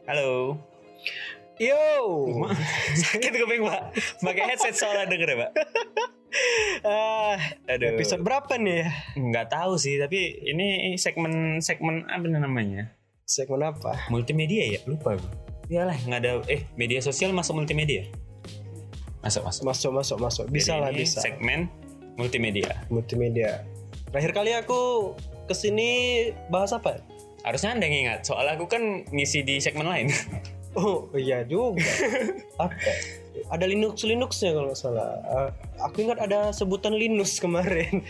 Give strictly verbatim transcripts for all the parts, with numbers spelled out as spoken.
Halo. Yo. Sakit kuping Pak. Pakai headset soalnya denger ya Pak. Ah, Aduh. episode berapa nih ya? Nggak tahu sih, tapi ini segmen segmen apa namanya? Segmen apa? Multimedia ya, lupa gue. Iyalah, nggak ada. Eh, media sosial masuk multimedia. Masuk masuk. Masuk masuk masuk. Bisa Jadi lah ini bisa. Segmen multimedia. Multimedia. Terakhir kali aku kesini bahas apa? Harusnya Anda yang ingat, soalnya aku kan ngisi di segmen lain. Oh iya juga. Apa? Ada Linux Linuxnya kalau nggak salah. Uh, aku ingat ada sebutan Linux kemarin.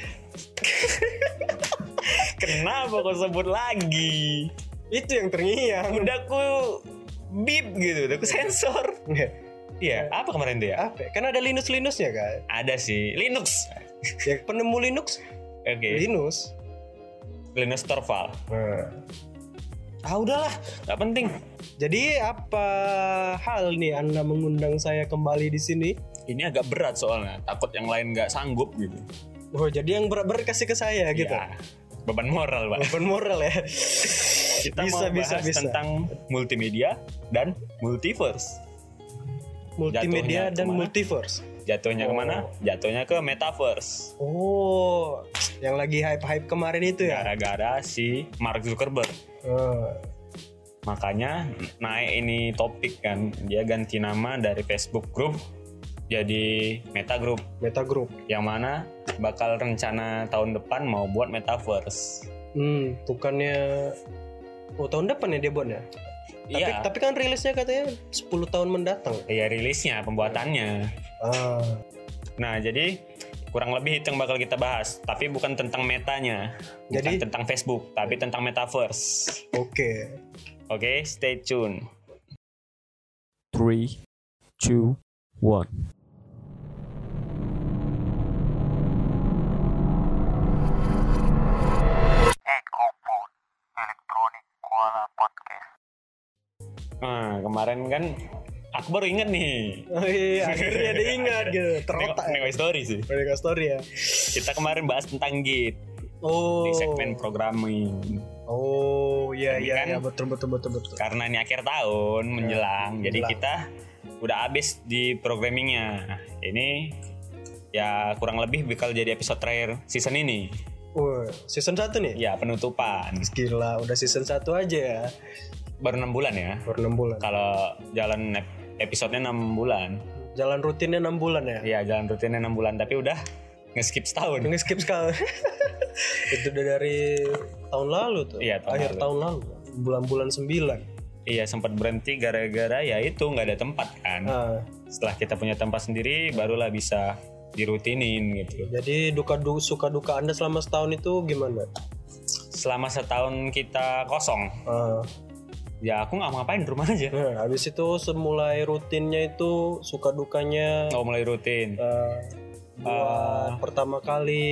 Kenapa kau sebut lagi? Itu yang terngiang. Udah aku beep gitu, udah aku sensor. Iya, apa kemarin tuh ya? Apa? Kan ada Linux Linuxnya kan? Ada sih, Linux. Ya penemu Linux. Oke. Okay. Linux. Linus Torvald. Nah. Ah udahlah, nggak penting. Jadi apa hal nih Anda mengundang saya kembali di sini? Ini agak berat soalnya, takut yang lain nggak sanggup gitu. Oh jadi yang berat-berat kasih ke saya gitu. Ya, beban moral Pak. Beban moral ya. Kita bisa, mau bisa, bahas bisa. tentang multimedia dan multiverse. Multimedia Jatuhnya dan kemana? multiverse. Jatuhnya Oh. kemana? Jatuhnya ke metaverse. Oh, yang lagi hype-hype kemarin itu ya? Gara-gara si Mark Zuckerberg. Oh. Makanya naik ini topik kan, dia ganti nama dari Facebook Group jadi Meta Group, Meta Group. yang mana bakal rencana tahun depan mau buat metaverse. Hmm, bukannya oh tahun depan ya dia buatnya? Tapi, Iya, tapi kan rilisnya katanya sepuluh tahun mendatang. ya rilisnya, pembuatannya. Ah. Nah, jadi kurang lebih itu yang bakal kita bahas, tapi bukan tentang metanya, bukan Jadi? tentang Facebook, tapi tentang metaverse. Oke. Oke, stay tune. Three, two, one. Nah, kemarin kan aku baru inget nih. Oh iya, akhirnya diingat gitu. Terotak ya. Nengok story sih. Mereka story ya. Kita kemarin bahas tentang Git Oh. di segmen programming. Oh, iya Jadi iya kan, iya betul betul betul betul. Karena ini akhir tahun menjelang, jadi menjelang. kita udah habis di programmingnya. Ini ya kurang lebih bakal jadi episode terakhir season ini. Oh, season satu nih? Ya penutupan. Gila, udah season satu aja ya. Baru enam bulan ya. Baru enam bulan. Kalau jalan ep- episodenya enam bulan. Jalan rutinnya enam bulan ya? Iya, jalan rutinnya enam bulan, tapi udah nge-skip setahun. Nge-skip sekali. Itu udah dari tahun lalu tuh. Iya, tahun Akhir lalu. tahun lalu. Bulan-bulan sembilan. Iya, sempat berhenti gara-gara ya itu nggak ada tempat kan. Nah, Setelah kita punya tempat sendiri, barulah bisa dirutinin gitu. jadi duka du, suka duka Anda selama setahun itu gimana? Selama setahun kita kosong, Ah, ya aku nggak mau ngapain di rumah aja. nah, habis itu semulai rutinnya itu suka dukanya Nggak mulai rutin. eh, buat Ah. pertama kali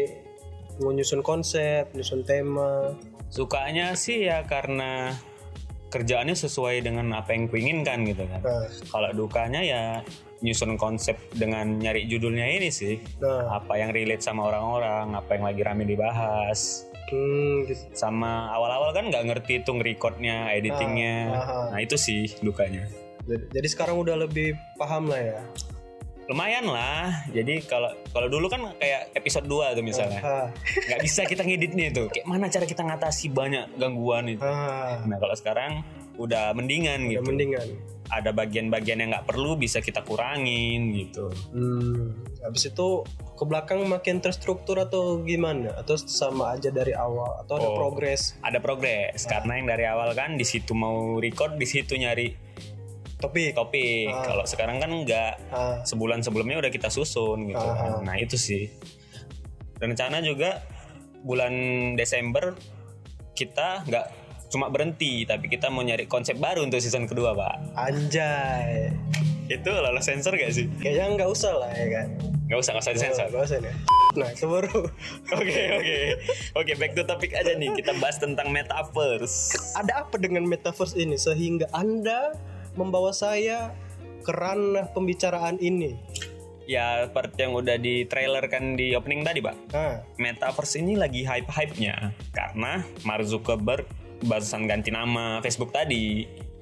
nyusun konsep, nyusun tema. Sukanya sih ya karena kerjaannya sesuai dengan apa yang kuinginkan gitu kan. Nah, Kalau dukanya ya nyusun konsep dengan nyari judulnya ini sih. nah, Apa yang relate sama orang-orang, apa yang lagi rame dibahas. hmm, gitu. Sama awal-awal kan nggak ngerti tuh nge-recordnya, editingnya. Ah, ah, ah. Nah itu sih dukanya. Jadi, jadi sekarang udah lebih paham lah ya. Lumayan lah. Jadi kalau kalau dulu kan kayak episode dua tuh misalnya. Ah, Nggak bisa kita ngeditnya tuh. Kayak mana cara kita ngatasi banyak gangguan itu. ah, Nah kalau sekarang udah mendingan udah gitu. mendingan. Ada bagian-bagian yang nggak perlu bisa kita kurangin gitu. Hmm, habis itu ke belakang makin terstruktur atau gimana? Atau sama aja dari awal? Atau ada Oh. progres? Ada progres karena yang dari awal kan di situ mau record, di situ nyari Topik? topik. Ah. Kalau sekarang kan nggak, Ah, sebulan sebelumnya udah kita susun gitu. Ah. Nah itu sih. Rencana juga bulan Desember kita nggak cuma berhenti, tapi kita mau nyari konsep baru untuk season kedua Pak. anjay. Itu lolos sensor gak sih? Kayaknya nggak usah lah ya kan? Nggak usah, nggak usah disensor. Nggak usah ya. Nah itu baru. Oke oke oke back to topic aja nih, kita bahas tentang metaverse. Ada apa dengan metaverse ini sehingga Anda membawa saya ke ranah pembicaraan ini? Ya seperti yang udah di trailer kan di opening tadi Pak. Nah, Metaverse ini lagi hype-hype-nya karena Mark Zuckerberg barusan ganti nama Facebook tadi.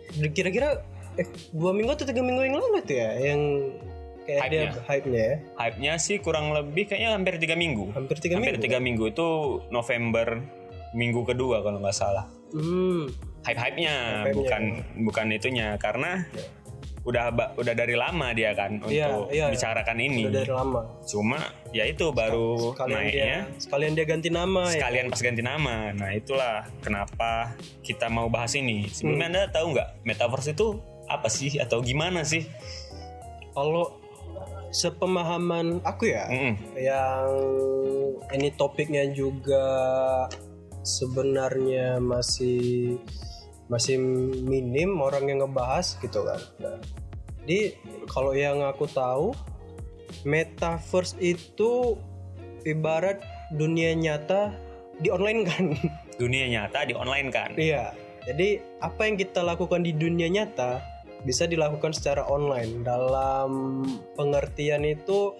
kira-kira eh, dua minggu atau tiga minggu yang lalu tuh ya yang kayak Hype-nya. dia hype-nya ya. Hype-nya sih kurang lebih kayaknya hampir tiga minggu. Hampir tiga hampir minggu. tiga minggu itu November minggu kedua kalau nggak salah. Hmm. Hype-hype-nya Hype-hype-nya. bukan bukan itunya karena udah ba- udah dari lama dia kan untuk Iya, iya. bicarakan ini. Udah dari lama. Cuma ya itu baru Sekalian naiknya dia, sekalian dia ganti nama ya. sekalian pas ganti nama. Nah itulah kenapa kita mau bahas ini. Sebelumnya Hmm. Anda tahu nggak metaverse itu apa sih atau gimana sih? Kalau sepemahaman aku ya, Mm-mm. yang ini topiknya juga sebenarnya masih masih minim orang yang ngebahas gitu kan. Nah, jadi kalau yang aku tahu metaverse itu ibarat dunia nyata di online kan. Dunia nyata di online kan? Iya. Jadi apa yang kita lakukan di dunia nyata bisa dilakukan secara online. Dalam pengertian itu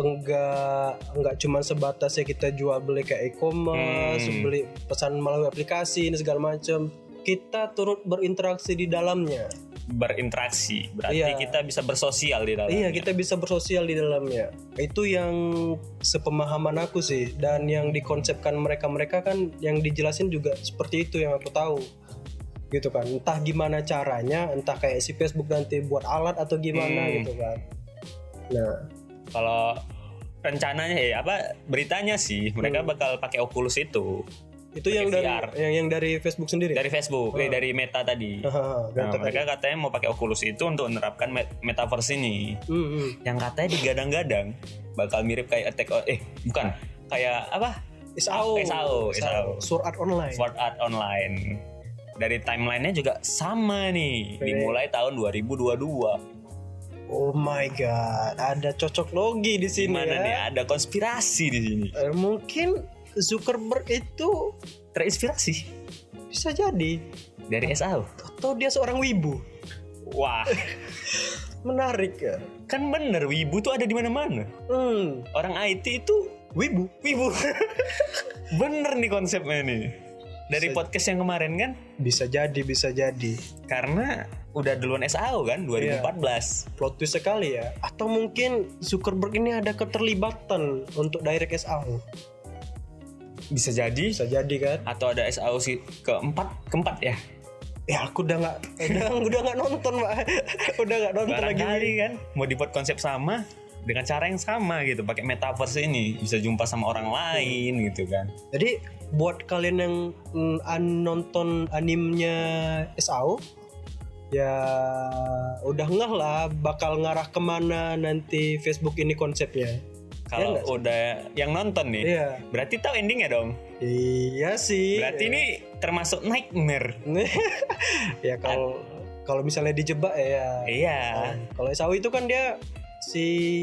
enggak enggak cuma sebatas ya kita jual beli kayak e-commerce, Hmm. beli pesan melalui aplikasi ini segala macam. Kita turut berinteraksi di dalamnya. Berinteraksi berarti Iya. kita bisa bersosial di dalamnya. Iya, kita bisa bersosial di dalamnya. Itu yang sepemahaman aku sih, dan yang dikonsepkan mereka-mereka kan yang dijelasin juga seperti itu yang aku tahu. Gitu kan. Entah gimana caranya, entah kayak si Facebook nanti buat alat atau gimana Hmm. gitu kan. Nah, Kalau rencananya ya apa beritanya sih mereka Hmm. bakal pakai Oculus itu itu yang Pakai dari V R. yang, yang dari Facebook sendiri. dari Facebook, eh, dari Meta tadi. Haha, Nah, mantap mereka tadi. katanya mau pakai Oculus itu untuk menerapkan met- metaverse ini. Hmm, hmm. Yang katanya digadang-gadang bakal mirip kayak Attack on eh bukan kayak apa? S A O. S A O, S A O. Sword Art Online. Sword Art Online. Dari timelinenya juga sama nih, Oke. dimulai tahun dua ribu dua puluh dua. Oh my god, ada cocok logi di sini Gimana ya. nih ada konspirasi di sini. Eh, mungkin Zuckerberg itu Terinspirasi bisa jadi dari S A O. atau dia seorang wibu. Wah, Menarik ya. kan bener wibu tuh ada di mana-mana. Hmm, Orang I T itu wibu. wibu. Bener nih konsepnya nih. Dari Bisa- podcast yang kemarin kan, Bisa jadi, bisa jadi. karena udah duluan S A O kan dua ribu empat belas. Plot twist sekali ya. Atau mungkin Zuckerberg ini ada keterlibatan untuk direct S A O. Bisa jadi. Bisa jadi kan? Atau ada S A O si keempat, keempat ya. Ya aku udah nggak, udah udah nggak nonton pak, udah nggak nonton lagi. Barangkali kan mau dibuat konsep sama dengan cara yang sama gitu, pakai metaverse ini bisa jumpa sama orang lain gitu kan. Jadi buat kalian yang mm, an- nonton animenya S A O, ya udah ngeh lah bakal ngarah kemana nanti Facebook ini konsepnya. Kalau nggak sih? udah yang nonton nih, Iya, berarti tahu endingnya dong. iya sih. Berarti ini termasuk nightmare. ya kalau kalau misalnya dijebak ya. Iya. Kalau S A O itu kan dia si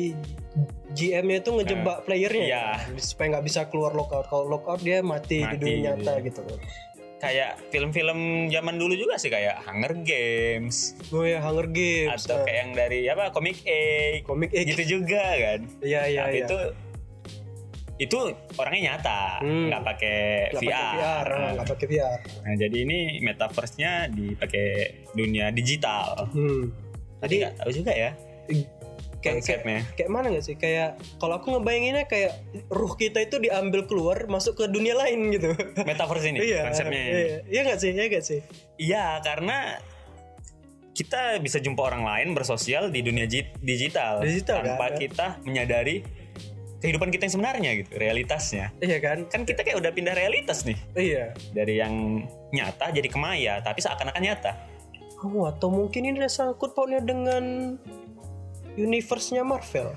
G M-nya itu ngejebak playernya iya. kan, supaya nggak bisa keluar lockout. Kalau lockout dia mati, Mati, di dunia nyata iya. gitu. Kayak film-film zaman dulu juga sih kayak Hunger Games Oh ya Hunger Games. atau Nah, kayak yang dari apa Comic Egg. komik eh Gitu juga kan. Iya iya Tapi iya. itu itu orangnya nyata, Hmm. nggak pakai Nggak V R. pakai V R, ah, nggak pakai V R. Nah, jadi ini metaverse-nya dipakai dunia digital. Hmm. Jadi Jadi nggak tahu juga ya kayak, kayak konsepnya. kayak mana nggak sih? Kayak kalau aku ngebayanginnya kayak ruh kita itu diambil keluar masuk ke dunia lain gitu. Metaverse ini Iya. konsepnya. Iya, iya nggak sih? Iya nggak sih? Iya, karena kita bisa jumpa orang lain bersosial di dunia ji- digital, Digital, tanpa kan? kita menyadari kehidupan kita yang sebenarnya gitu, realitasnya. Iya kan? Kan kita kayak udah pindah realitas nih, Iya. dari yang nyata jadi ke maya, tapi seakan-akan nyata. Oh, atau mungkin ini ada sangkut pautnya dengan universe-nya Marvel.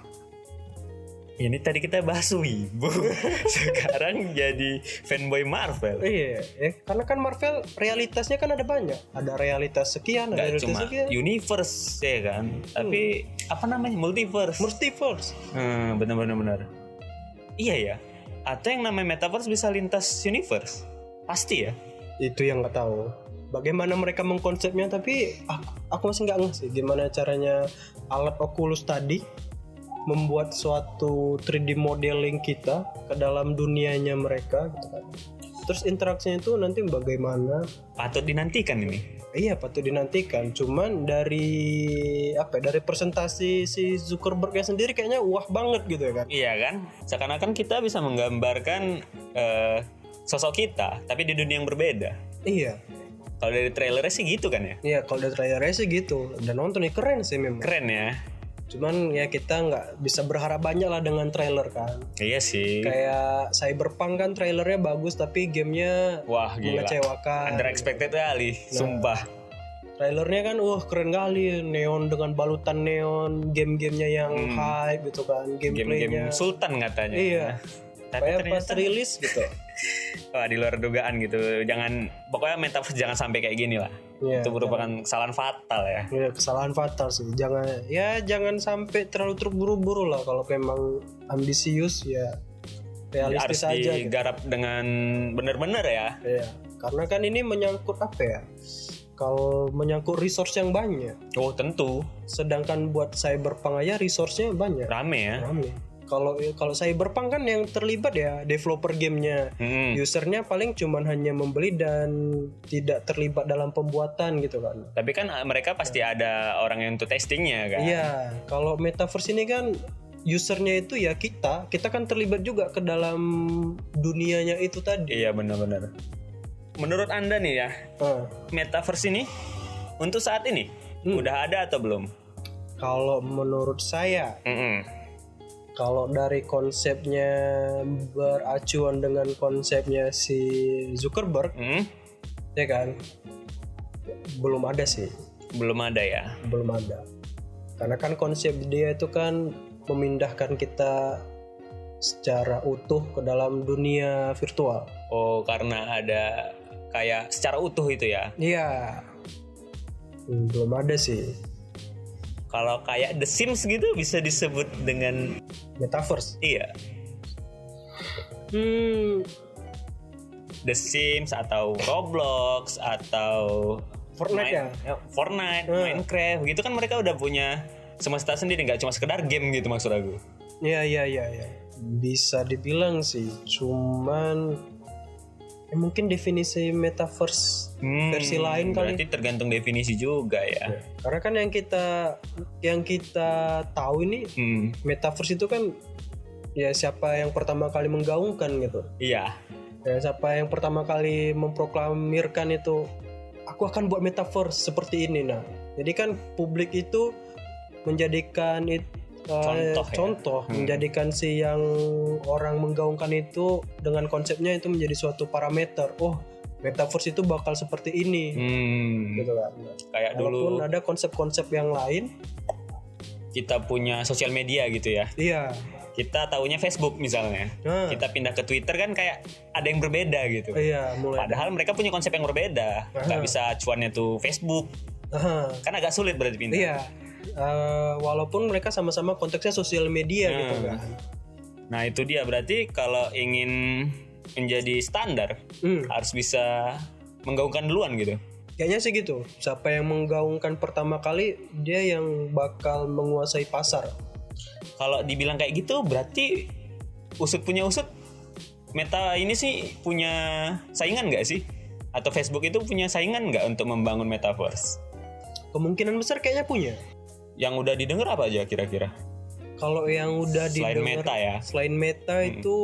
Ini tadi kita bahas Wibu, sekarang jadi fanboy Marvel. Iya, ya. Karena kan Marvel realitasnya kan ada banyak. Ada realitas sekian, ada Nggak realitas cuma sekian. universe ya kan, tapi apa namanya multiverse. Multiverse. Hmm, benar-benar benar. Iya ya. Atau yang namanya metaverse bisa lintas universe. Pasti ya. Itu yang nggak tahu. Bagaimana mereka mengkonsepnya, tapi aku, aku masih nggak ngerti sih gimana caranya alat Oculus tadi membuat suatu tiga D modeling kita ke dalam dunianya mereka gitu kan. Terus interaksinya itu nanti bagaimana? Patut dinantikan ini. Iya, patut dinantikan. Cuman dari apa? ya, Dari presentasi si Zuckerbergnya sendiri kayaknya wah banget gitu ya kan? Iya kan? Seakan-akan kita bisa menggambarkan uh, sosok kita, tapi di dunia yang berbeda. Iya. Kalau dari trailernya sih gitu kan ya? Iya, kalau dari trailernya sih gitu. Dan nonton nih keren sih memang. Keren ya. Cuman ya kita nggak bisa berharap banyak lah dengan trailer kan. Iya sih. Kayak Cyberpunk kan trailernya bagus tapi gamenya Wah gila. mengecewakan. Under expected kali, nah, sumpah. Trailernya kan wah keren kali, neon dengan balutan neon, game-gamenya yang Hmm. hype gitu kan, gameplaynya. Game-game Sultan katanya. Iya. Tapi Kayak ternyata pas rilis gitu. wah, di luar dugaan gitu. Jangan, pokoknya metaverse jangan sampai kayak gini lah. Iya, Itu merupakan kesalahan fatal ya. Ya, kesalahan fatal sih. Jangan ya jangan sampai terlalu terburu-buru lah kalau memang ambisius ya realistis Harus aja gitu. digarap dengan benar-benar ya. Iya. Karena kan ini menyangkut apa ya? Kalau menyangkut resource yang banyak. Oh tentu. Sedangkan buat Cyberpunk aja resource-nya banyak. Rame ya. Rame. Kalau kalau Cyberpunk kan yang terlibat ya developer gamenya, Hmm. usernya paling cuman hanya membeli dan tidak terlibat dalam pembuatan gitu kan. Tapi kan uh, mereka pasti ada orang yang untuk testingnya kan. Iya, kalau metaverse ini kan usernya itu ya kita, kita kan terlibat juga ke dalam dunianya itu tadi. Iya benar-benar. Menurut Anda nih ya, Ah, metaverse ini untuk saat ini Hmm. udah ada atau belum? kalau menurut saya, Mm-mm. kalau dari konsepnya beracuan dengan konsepnya si Zuckerberg, Hmm? ya kan, belum ada sih. Belum ada ya. Belum ada, karena kan konsep dia itu kan memindahkan kita secara utuh ke dalam dunia virtual. Oh karena ada kayak secara utuh itu ya. Iya. Hmm, belum ada sih Kalau kayak The Sims gitu bisa disebut dengan metaverse. iya Hmm, The Sims atau Roblox atau Fortnite ya? ya, Fortnite, Hmm. Minecraft gitu kan mereka udah punya semesta sendiri, nggak cuma sekedar game gitu maksud aku. iya iya iya iya. Bisa dibilang sih, cuman ya mungkin definisi metaverse Hmm, versi lain kali. berarti tergantung definisi juga ya. Karena kan yang kita yang kita tahu ini Hmm, metaverse itu kan ya siapa yang pertama kali menggaungkan gitu. iya. Ya, siapa yang pertama kali memproklamirkan itu aku akan buat metaverse seperti ini. Nah, jadi kan publik itu menjadikan it, uh, Contoh ya? contoh Hmm. menjadikan si yang orang menggaungkan itu dengan konsepnya itu menjadi suatu parameter. Oh, metaverse itu bakal seperti ini. Hmm, Gitu kan. kayak Walaupun dulu ada konsep-konsep yang lain, kita punya sosial media gitu ya. iya. Kita taunya Facebook misalnya. Nah, Kita pindah ke Twitter kan kayak ada yang berbeda gitu. iya, mulai. Padahal mereka punya konsep yang berbeda. Nggak bisa acuannya tuh Facebook. Aha. Kan agak sulit berarti pindah. Iya. Eh, walaupun mereka sama-sama konteksnya sosial media Hmm. gitu kan. Nah itu dia, berarti kalau ingin menjadi standar Hmm. harus bisa menggaungkan duluan gitu. Kayaknya sih gitu. Siapa yang menggaungkan pertama kali, dia yang bakal menguasai pasar. Kalau dibilang kayak gitu berarti usut punya usut, Meta ini sih punya saingan nggak sih? Atau Facebook itu punya saingan nggak untuk membangun metaverse? Kemungkinan besar kayaknya punya. Yang udah didengar apa aja kira-kira? Kalau yang udah Selain didengar, Meta ya? Selain Meta itu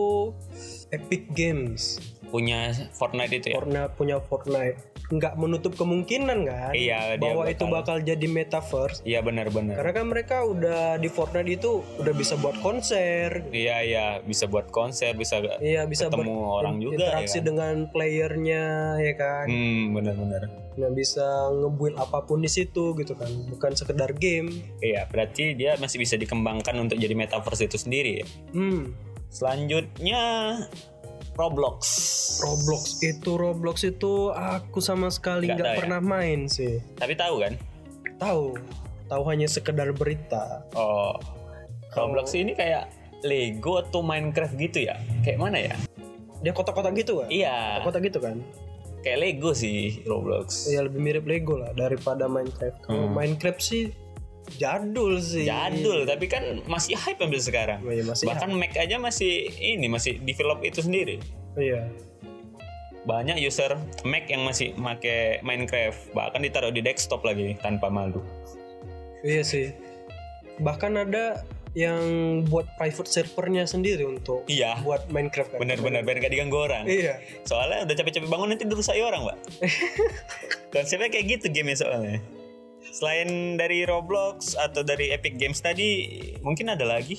Epic Games. Punya Fortnite itu ya? Fortnite punya Fortnite. Nggak menutup kemungkinan kan Iya, dia bahwa bakal- itu bakal jadi metaverse. Iya benar-benar. Karena kan mereka udah di Fortnite itu udah bisa buat konser. Iya iya, bisa buat konser, bisa Iya, bisa ketemu orang juga interaksi ya kan? dengan playernya ya kan. Hmm, benar-benar. Nah, bisa nge-build apapun di situ gitu kan, bukan sekedar game. Iya, berarti dia masih bisa dikembangkan untuk jadi metaverse itu sendiri ya. Hmm. Selanjutnya Roblox. Roblox itu Roblox itu aku sama sekali Nggak nggak tahu ya? pernah main sih. Tapi tahu kan? Tahu, tahu hanya sekedar berita. Oh. Kalau- Roblox ini kayak Lego atau Minecraft gitu ya? Kayak mana ya? Dia kotak-kotak gitu kan? Iya, Kotak gitu kan? kayak Lego sih Roblox. Ya lebih mirip Lego lah daripada Minecraft. Kalau Hmm. Minecraft sih jadul sih. Jadul, tapi kan masih hype sampai sekarang. Oh, iya, masih Bahkan Mac aja masih ini masih develop itu sendiri. Iya. banyak user Mac yang masih make Minecraft, bahkan ditaruh di desktop lagi tanpa malu. Iya sih. Bahkan ada yang buat private servernya sendiri untuk Iya. buat Minecraft kan. Bener-bener biar gak diganggu orang. Iya. Soalnya udah capek-capek bangun nanti dirusai orang, Mbak. Konsepnya kayak gitu game soalnya. Selain dari Roblox atau dari Epic Games tadi, mungkin ada lagi?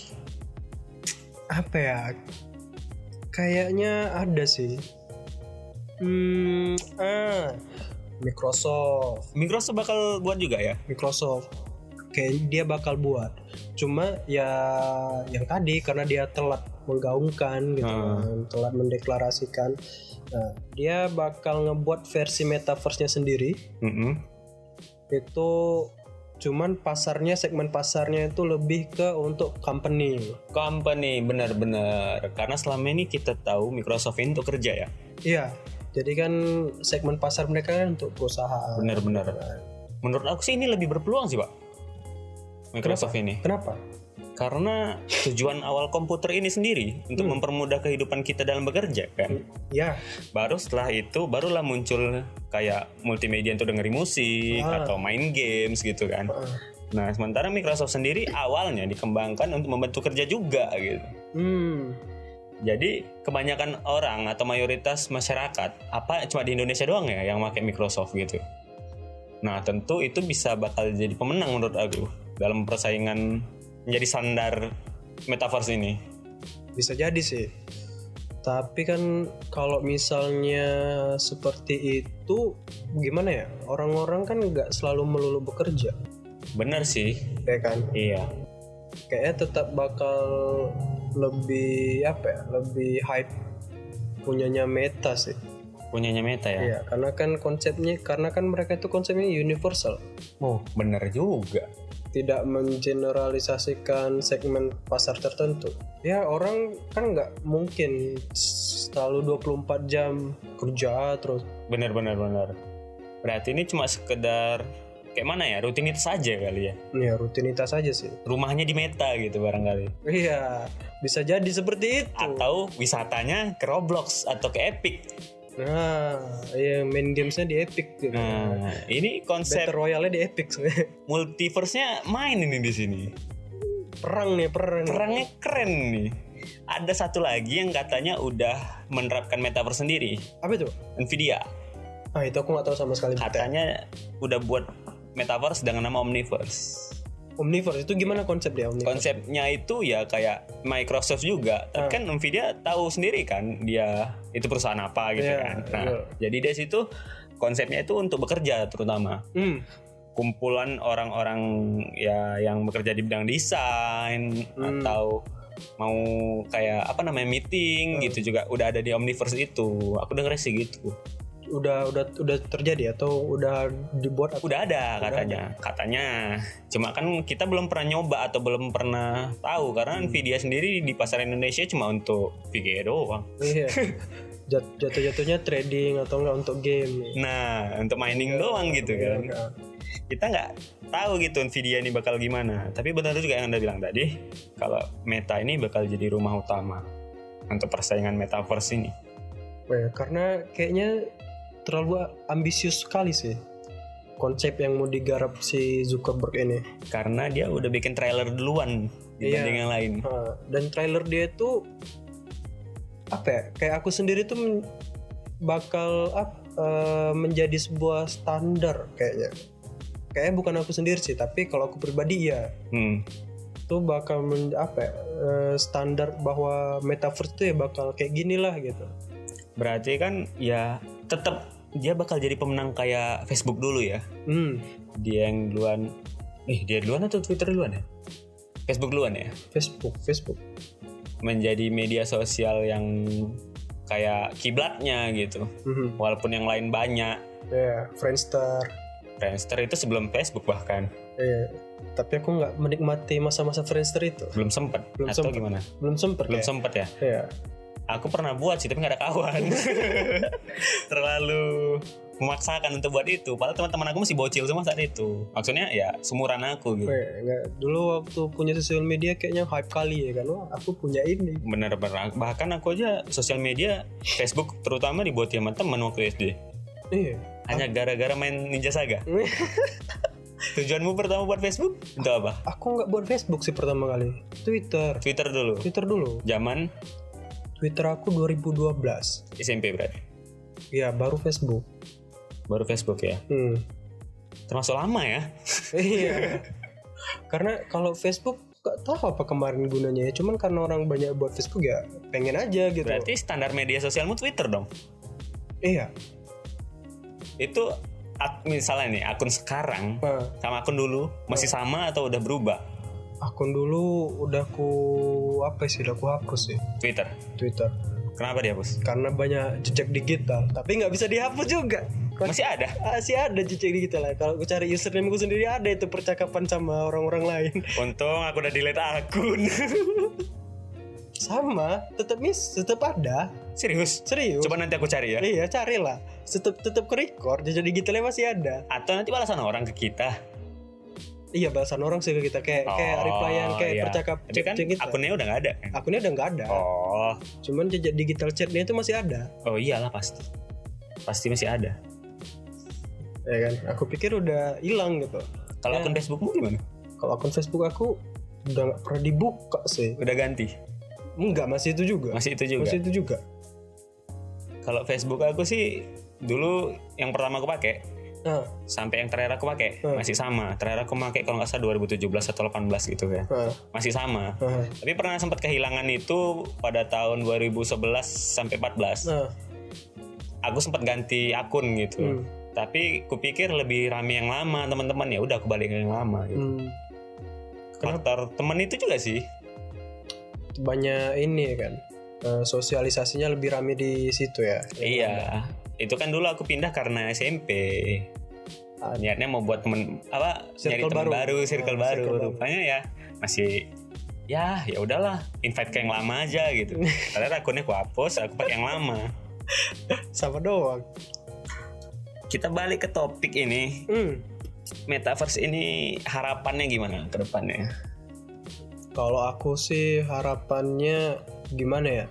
Apa ya? Kayaknya ada sih. Hmm, ah, Microsoft. Microsoft bakal buat juga ya? Microsoft. Kayak dia bakal buat. Cuma ya yang tadi karena dia telat menggaungkan gitu Hmm. kan, telat mendeklarasikan. Nah, dia bakal ngebuat versi metaverse-nya sendiri. Mm-mm. Itu cuman pasarnya, segmen pasarnya itu lebih ke untuk company. Company, benar-benar. Karena selama ini kita tahu Microsoft ini untuk kerja ya? Iya. Jadi kan segmen pasar mereka kan untuk perusahaan. Benar-benar. Menurut aku sih ini lebih berpeluang sih, Pak. Microsoft ini. Kenapa? Karena tujuan awal komputer ini sendiri untuk Hmm. mempermudah kehidupan kita dalam bekerja kan. Ya. Baru setelah itu barulah muncul kayak multimedia untuk dengerin musik Ah. atau main games gitu kan. Ah. Nah, sementara Microsoft sendiri awalnya dikembangkan untuk membantu kerja juga gitu. Hmm. Jadi kebanyakan orang atau mayoritas masyarakat apa cuma di Indonesia doang ya yang pakai Microsoft gitu. Nah, tentu itu bisa bakal jadi pemenang menurut aku dalam persaingan menjadi standar metaverse ini. Bisa jadi sih. Tapi kan kalau misalnya seperti itu gimana ya? Orang-orang kan nggak selalu melulu bekerja, Bener sih. ya kan? Iya. Kayaknya tetap bakal lebih apa ya? Lebih hype punyanya Meta sih. Punyanya Meta ya. Iya, karena kan konsepnya, karena kan mereka itu konsepnya universal. Oh, bener juga. Tidak mengeneralisasikan segmen pasar tertentu. Ya orang kan nggak mungkin selalu dua puluh empat jam kerja terus. Bener bener bener. Berarti ini cuma sekedar kayak mana ya, rutinitas saja kali ya. Ya rutinitas aja sih. Rumahnya di Meta gitu barangkali. Iya, bisa jadi seperti itu. Atau wisatanya ke Roblox atau ke Epic. Nah, ya main gamesnya di Epic gitu. Nah, ini konsep Battle Royale-nya di Epic sebenarnya. multiverse-nya main ini di sini. Perang nih, perang. Perangnya keren nih. Ada satu lagi yang katanya udah menerapkan metaverse sendiri, Apa itu? Nvidia. Ah, itu aku nggak tahu sama sekali. Katanya udah buat metaverse dengan nama Omniverse. Omniverse itu gimana konsep dia Omniverse? Konsepnya itu ya kayak Microsoft juga, tapi Ah. kan Nvidia tahu sendiri kan dia itu perusahaan apa gitu Iya, kan. Nah, iya. jadi dari situ konsepnya itu untuk bekerja terutama. Hmm. Kumpulan orang-orang ya yang bekerja di bidang desain Hmm. atau mau kayak apa namanya meeting Hmm. gitu juga udah ada di Omniverse itu. Aku denger sih gitu. Udah udah udah terjadi atau udah dibuat atau Udah ada katanya. Katanya. Cuma kan kita belum pernah nyoba atau belum pernah tahu karena Nvidia sendiri di pasar Indonesia cuma untuk V G doang. Iya. Jat- jatuh-jatuhnya trading atau enggak untuk game. Nah, untuk mining doang gitu Iya, kan. kan. Kita nggak tahu gitu Nvidia ini bakal gimana. Tapi benar juga yang Anda bilang tadi, kalau Meta ini bakal jadi rumah utama untuk persaingan metaverse ini. Oh ya, karena kayaknya terlalu ambisius sekali sih konsep yang mau digarap si Zuckerberg ini. Karena dia udah bikin trailer duluan dibanding Iya. yang lain. Ha, dan trailer dia itu apa ya? Kayak aku sendiri tuh men- bakal ap- eh, menjadi sebuah standar kayaknya. Kayaknya bukan aku sendiri sih, tapi kalau aku pribadi ya Hmm. itu bakal men- apa ya? eh, standar bahwa metaverse itu ya bakal kayak gini lah gitu. Berarti kan ya tetap dia bakal jadi pemenang kayak Facebook dulu ya. Hmm, Dia yang duluan. Eh, dia duluan atau Twitter duluan ya? Facebook duluan ya. Facebook, Facebook. Menjadi media sosial yang kayak kiblatnya gitu. Mhm. Walaupun yang lain banyak. Ya, Friendster. Friendster itu sebelum Facebook bahkan. Iya. Tapi aku nggak menikmati masa-masa Friendster itu. Belum sempet. Belum Atau sempet. gimana? Belum sempet Belum ya. sempet ya. Iya. Aku pernah buat sih tapi gak ada kawan. Terlalu memaksakan untuk buat itu. Padahal teman-teman aku masih bocil semua saat itu. Maksudnya ya sumuran aku gitu. Weh, enggak. Dulu waktu punya sosial media kayaknya hype kali ya kan. Wah, aku punya ini. Bener-bener. Bahkan aku aja sosial media, Facebook terutama dibuat sama teman waktu S D. Iya. Hanya gara-gara main Ninja Saga. Tujuanmu pertama buat Facebook untuk apa? Aku nggak buat Facebook sih pertama kali. Twitter. Twitter dulu. Twitter dulu. Zaman Twitter aku dua ribu dua belas. S M P berarti. Iya, baru Facebook. Baru Facebook ya. Hmm. Termasuk lama ya. Iya. Karena kalau Facebook gak tahu apa kemarin gunanya ya. Cuman karena orang banyak buat Facebook ya pengen aja gitu. Berarti standar media sosialmu Twitter dong. Iya. Itu ak- misalnya nih akun sekarang Nah, sama akun dulu masih sama atau udah berubah? akun dulu udah ku apa sih? Udah ku hapus sih Twitter. Twitter. Kenapa dihapus? Karena banyak jejak digital. Tapi nggak bisa dihapus juga. Masih ada. Masih ada jejak digital lah. Kalau aku cari username ku sendiri ada itu percakapan sama orang-orang lain. Untung aku udah delete akun. Sama, tetap mis, tetap ada. Serius? Serius. Coba nanti aku cari ya. Iya, carilah. Tetap tetap ke record, jejak digitalnya masih ada. Atau nanti balasan orang ke kita. Iya, bahasan orang sih ke kita kayak kayak Oh, replyan kayak iya. percakap Tapi kan chat kita. akunnya udah gak ada. Akunnya udah nggak ada. Oh. Cuman jejak digital chatnya itu masih ada. Oh iyalah pasti. Pasti masih ada. Ya kan? Aku pikir udah hilang gitu. Kalau Ya. akun Facebookmu gimana? Kalau akun Facebook aku udah nggak pernah dibuka sih. Udah ganti. Enggak, masih itu juga. Masih itu juga. Masih itu juga. Kalau Facebook aku sih dulu yang pertama aku pakai Nah, sampai yang terakhir aku pakai Hmm. masih sama. Terakhir aku pakai kalau nggak salah dua ribu tujuh belas atau delapan belas gitu ya. nah, Masih sama. nah, Tapi pernah sempat kehilangan itu pada tahun dua ribu sebelas sampai empat belas. nah. Aku sempat ganti akun gitu. Hmm. Tapi kupikir lebih rame yang lama teman-teman, ya udah aku balik ke yang lama gitu. Hmm. Faktor teman itu juga sih. Banyak ini kan. eh, sosialisasinya lebih rame di situ ya. Iya. Itu kan dulu aku pindah karena S M P. Ah. Niatnya mau buat temen apa? Circle nyari teman baru. baru, circle Ah, baru. circle baru. Rupanya ya masih ya ya udahlah, invite ke yang lama aja gitu. Karena akunnya aku hapus, aku pakai yang lama. Sama doang. Kita balik ke topik ini. Hmm. Metaverse ini harapannya gimana ke depannya? Kalau aku sih harapannya gimana ya?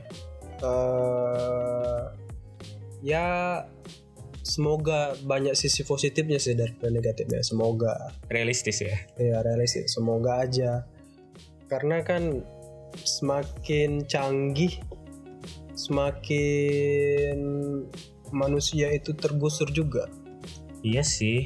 Eh ya semoga banyak sisi positifnya sih daripada negatifnya. Semoga Realistis ya. ya realistis. Semoga aja. Karena kan semakin canggih, semakin manusia itu tergusur juga. Iya sih.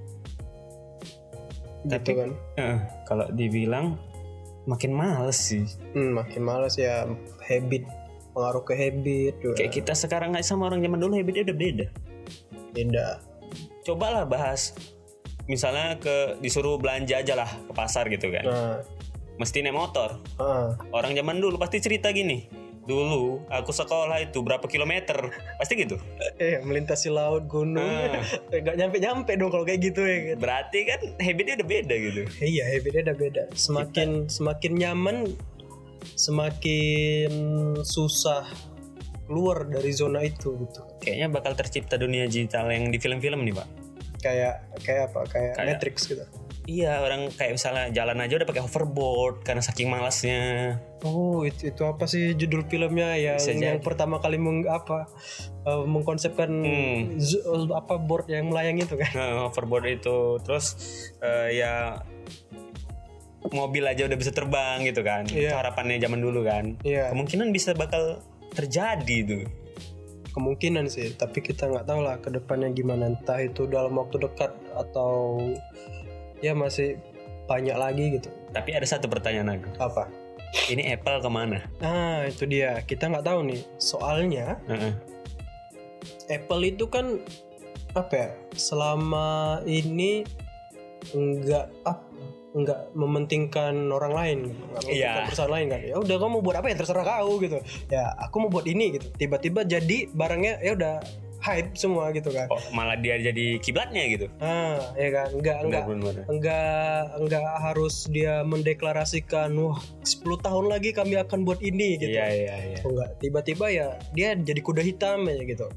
Gitu Tapi- kan. Eh, kalau dibilang makin males sih. Hmm, makin malas ya, habit, pengaruh ke habit juga. Kayak kita sekarang nggak sama orang zaman dulu, habitnya udah beda. Beda. Cobalah bahas, misalnya ke disuruh belanja aja lah ke pasar gitu kan. Nah, Mesti naik motor. ah, Orang zaman dulu pasti cerita gini. Dulu aku sekolah itu berapa kilometer, pasti gitu. eh melintasi laut, gunung, Ah. nggak nyampe-nyampe dong kalau kayak gitu ya kan. Berarti kan habitnya udah beda gitu. Iya, habitnya udah beda. Semakin semakin nyaman, semakin susah keluar dari zona itu gitu. Kayaknya bakal tercipta dunia digital yang di film-film nih pak. Kayak kayak apa? Kayak, Kayak- Matrix gitu. Iya, orang kayak misalnya jalan aja udah pakai hoverboard karena saking malasnya. Oh, itu itu apa sih judul filmnya yang Bisa yang jadi. pertama kali meng, apa eh, mengkonsepkan Hmm. z- apa board yang melayang itu kan? Nah, hoverboard itu terus eh, ya mobil aja udah bisa terbang gitu kan. Iya. Itu harapannya zaman dulu kan. Iya. Kemungkinan bisa bakal terjadi tuh. Kemungkinan sih, tapi kita nggak tahu lah ke depannya gimana, entah itu dalam waktu dekat atau ya masih banyak lagi gitu. Tapi ada satu pertanyaan aku. Apa? Ini Apple kemana? Nah, itu dia. Kita nggak tahu nih. Soalnya Heeh. Apple itu kan apa ya? Selama ini nggak apa nggak mementingkan orang lain gitu. Nggak mementingkan Iya. perusahaan lain kan. Ya udah kamu mau buat apa ya terserah kau gitu. Ya aku mau buat ini gitu. Tiba-tiba jadi barangnya ya udah hype semua gitu kan. Oh, malah dia jadi kiblatnya gitu. Ah, ya kan. Enggak enggak Benar-benar. enggak enggak harus dia mendeklarasikan wah sepuluh tahun lagi kami akan buat ini gitu. Iya iya iya. Oh, enggak, tiba-tiba ya dia jadi kuda hitam aja gitu.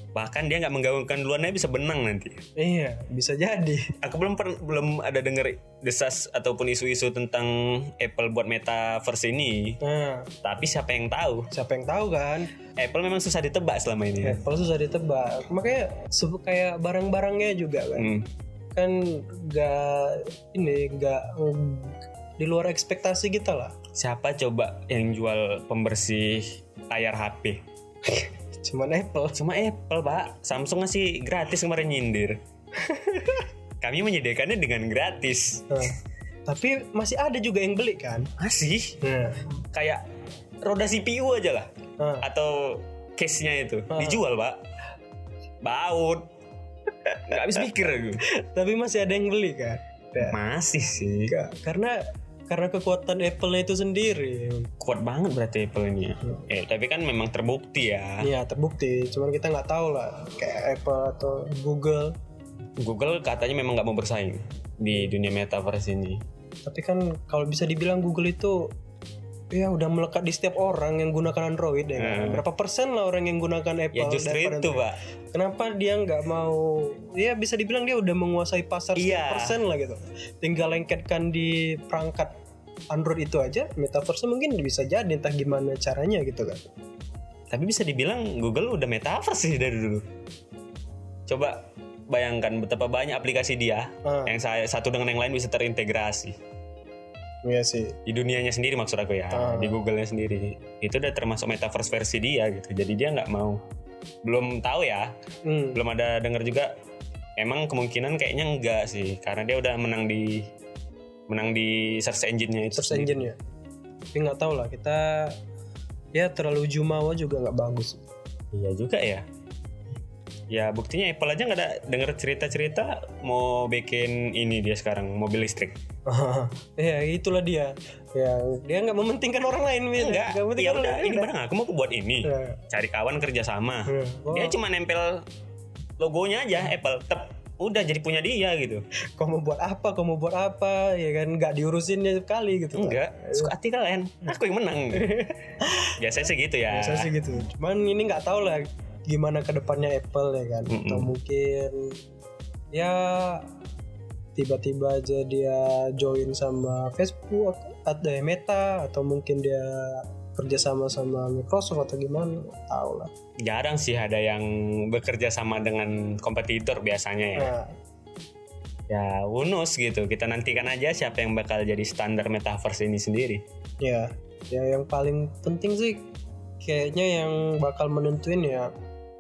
Bahkan dia nggak menggaungkan duluan aja bisa benang nanti. Iya, bisa jadi. Aku belum per, belum ada denger desas ataupun isu-isu tentang Apple buat metaverse ini. Nah, Tapi siapa yang tahu? siapa yang tahu kan? Apple memang susah ditebak selama ini. Ya? Apple susah ditebak. Makanya se- kayak barang-barangnya juga kan. Hmm. Kan nggak ini nggak mm, di luar ekspektasi kita lah. Siapa coba yang jual pembersih layar H P? Cuman Apple. Cuma Apple, Pak. Samsung ngasih gratis kemarin nyindir. Kami menyediakannya dengan gratis. Nah, tapi masih ada juga yang beli kan? Masih? Nah, Kayak roda C P U aja lah. nah. Atau case-nya itu. Ah. Dijual, Pak. Baut. Gak habis pikir aku. Tapi masih ada yang beli kan? Nah, Masih sih. Nggak, karena karena kekuatan Apple-nya itu sendiri. Kuat banget berarti Apple ini ya. Eh, tapi kan memang terbukti ya. Iya, terbukti. Cuman kita nggak tahu lah kayak Apple atau Google. Google katanya memang nggak mau bersaing di dunia metaverse ini. Tapi kan kalau bisa dibilang Google itu ya udah melekat di setiap orang yang gunakan Android ya kan? Hmm. Berapa persen lah orang yang gunakan Apple Ya justru daripada itu, Android. Pak. Kenapa dia nggak mau? Ya bisa dibilang dia udah menguasai pasar Iya. sekian persen lah gitu. Tinggal lengketkan di perangkat Android itu aja, metaverse mungkin bisa jadi, entah gimana caranya gitu kan. Tapi bisa dibilang Google udah metaverse sih dari dulu. Coba bayangkan betapa banyak aplikasi dia Ah. yang saya satu dengan yang lain bisa terintegrasi. Iya sih. Di dunianya sendiri maksud aku ya, Ah. di Google-nya sendiri. Itu udah termasuk metaverse versi dia gitu. Jadi dia nggak mau. Belum tahu ya, Hmm. belum ada dengar juga. Emang kemungkinan kayaknya enggak sih, karena dia udah menang di menang di search engine-nya itu. Search engine-nya. Tapi nggak tahu lah, kita ya terlalu jumawa juga nggak bagus. Iya juga ya. Ya buktinya Apple aja nggak ada denger cerita-cerita mau bikin ini dia sekarang mobil listrik. Ya itulah dia. Ya dia nggak mementingkan orang lain, Min. Enggak. Nggak mementingkan Ya orang udah, lain, ini udah. barang aku mau buat ini. Ya. Cari kawan kerja sama. Ya. Dia Oh, cuma nempel logonya aja Apple. Tep, udah jadi punya dia gitu. kau mau buat apa? Kau mau buat apa? Ya kan nggak diurusinnya sekali gitu. kan. Enggak, suka hati kalian. Aku yang menang. Biasanya sih gitu ya. Biasa sih gitu. Cuman ini nggak tahu lah gimana kedepannya Apple ya kan. Mm-mm. Atau mungkin ya tiba-tiba aja dia join sama Facebook atau Meta, atau mungkin dia kerja sama sama Microsoft atau gimana, nggak tahu lah. Jarang sih ada yang bekerja sama dengan kompetitor biasanya ya. Nah, Ya who knows gitu. Kita nantikan aja siapa yang bakal jadi standar metaverse ini sendiri. ya, ya yang paling penting sih kayaknya yang bakal menentuin ya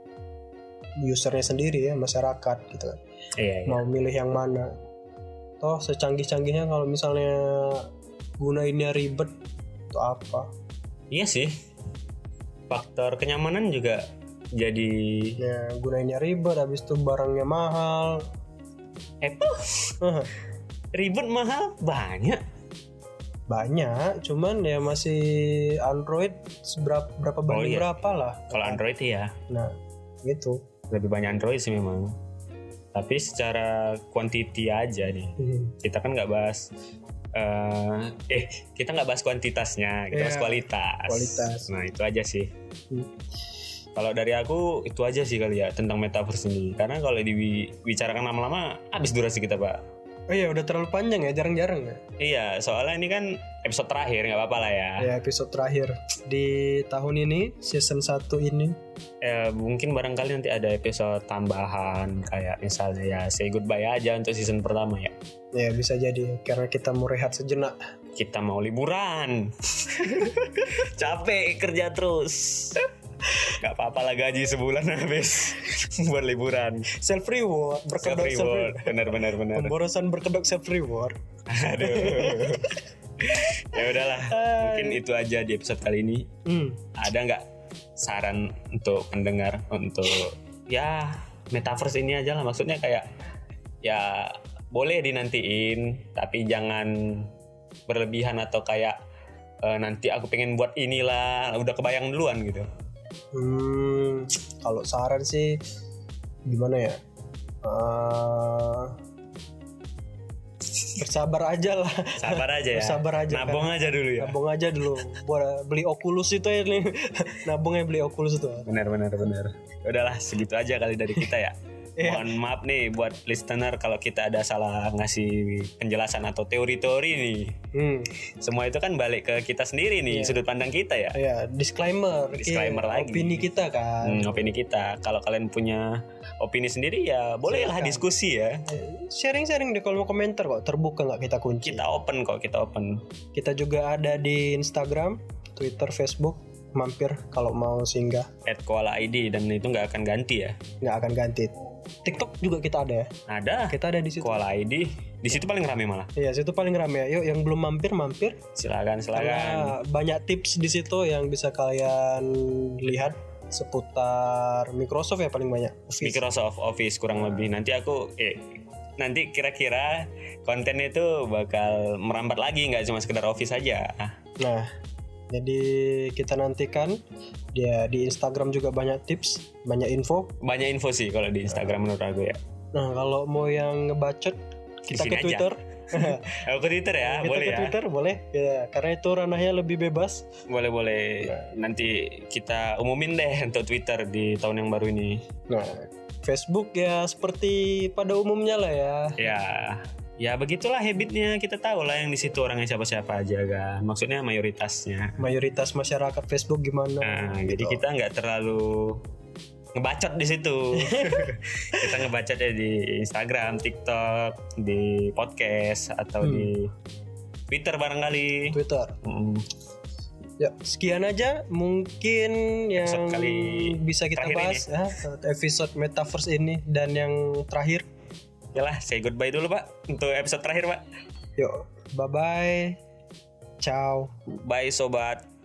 usernya sendiri ya, masyarakat gitu kan. Iya, iya. Mau milih yang mana. Toh secanggih-canggihnya kalau misalnya gunainnya ribet itu apa? Iya sih. Faktor kenyamanan juga jadi Ya gunainnya ribet, habis itu barangnya mahal. Apple Hah, ribet mahal banyak. banyak, cuman ya masih Android seberapa berapa Oh, iya. banding berapa lah. Kalau Android ya Nah, gitu. lebih banyak Android sih memang. Tapi secara quantity aja nih. Hmm. Kita kan nggak bahas eh eh kita nggak bahas kuantitasnya, kita Iya, bahas kualitas. kualitas. Nah itu aja sih. Hmm. Kalau dari aku itu aja sih kali ya tentang metaverse ini. Karena kalau dibicarakan lama-lama habis durasi kita, Pak. Oh iya, udah terlalu panjang ya, jarang-jarang ya. Iya, soalnya ini kan episode terakhir, nggak apa-apa lah ya. Ya episode terakhir di tahun ini, season satu ini. Eh, mungkin barangkali nanti ada episode tambahan kayak misalnya ya say goodbye aja untuk season pertama ya. Ya bisa jadi karena kita mau rehat sejenak. Kita mau liburan. Capek kerja terus. Gak apa-apa lah gaji sebulan habis buat liburan. Self reward, Self berkedok self reward. reward. Benar benar benar. Pemborosan berkedok self reward. Aduh. Ya udahlah. Mungkin itu aja di episode kali ini. Hmm. Ada nggak saran untuk pendengar untuk ya metaverse ini aja lah, maksudnya kayak ya boleh dinantiin tapi jangan berlebihan atau kayak e, nanti aku pengen buat inilah udah kebayang duluan gitu. Hmm, kalau saran sih gimana ya? Uh, Bersabar aja lah. Sabar aja ya. Bersabar aja. Nabung kan. aja dulu ya. Nabung aja dulu. Buat beli Oculus itu ya nih. Nabungnya beli Oculus itu. Benar benar benar. Udahlah segitu aja kali dari kita ya. Mohon maaf nih buat listener kalau kita ada salah ngasih penjelasan atau teori-teori nih. Hmm. Semua itu kan balik ke kita sendiri nih, Iya. sudut pandang kita ya. Ya, disclaimer. Disclaimer Iya, lagi. Opini kita kan. Hmm, opini kita. Kalau kalian punya opini sendiri ya bolehlah Silakan. diskusi ya. Sharing-sharing deh kalau mau komentar kok. Terbuka nggak kita kunci. Kita open kok, kita open. Kita juga ada di Instagram, Twitter, Facebook. Mampir kalau mau singgah. at koala I D dan itu nggak akan ganti ya. Nggak akan ganti. TikTok juga kita ada ya. Ada. Kita ada di situ. Koala I D. Di situ paling rame malah. Iya, situ paling rame. Yuk, yang belum mampir mampir. Silakan, silakan. Karena banyak tips di situ yang bisa kalian lihat seputar Microsoft ya paling banyak. Office. Microsoft Office kurang lebih. Nanti aku eh nanti kira-kira kontennya itu bakal merambat lagi, nggak cuma sekedar Office aja. Nah, jadi kita nantikan dia di Instagram juga banyak tips, banyak info. Banyak info sih kalau di Instagram menurut aku ya. Nah, kalau mau yang ngebacot kita Di sini ke aja. Twitter. Aku ke Twitter ya, kita boleh ke ya. Twitter boleh. Ya, karena itu ranahnya lebih bebas. Boleh boleh. Nanti kita umumin deh untuk Twitter di tahun yang baru ini. Nah, Facebook ya seperti pada umumnya lah ya. Ya, ya begitulah habitnya. Kita tahu lah yang di situ orangnya siapa-siapa aja kan. Maksudnya mayoritasnya. Mayoritas masyarakat Facebook gimana? Nah, gitu. jadi kita nggak terlalu ngebacot di situ. Kita ngebacot ya di Instagram, TikTok, di podcast atau Hmm. di Twitter barangkali. Twitter. Hmm. Ya, sekian aja mungkin yang Episode kali bisa kita terakhir bahas ya, episode Metaverse ini dan yang terakhir. Yalah, say goodbye dulu Pak untuk episode terakhir Pak. Yuk, bye bye. Ciao. Bye sobat.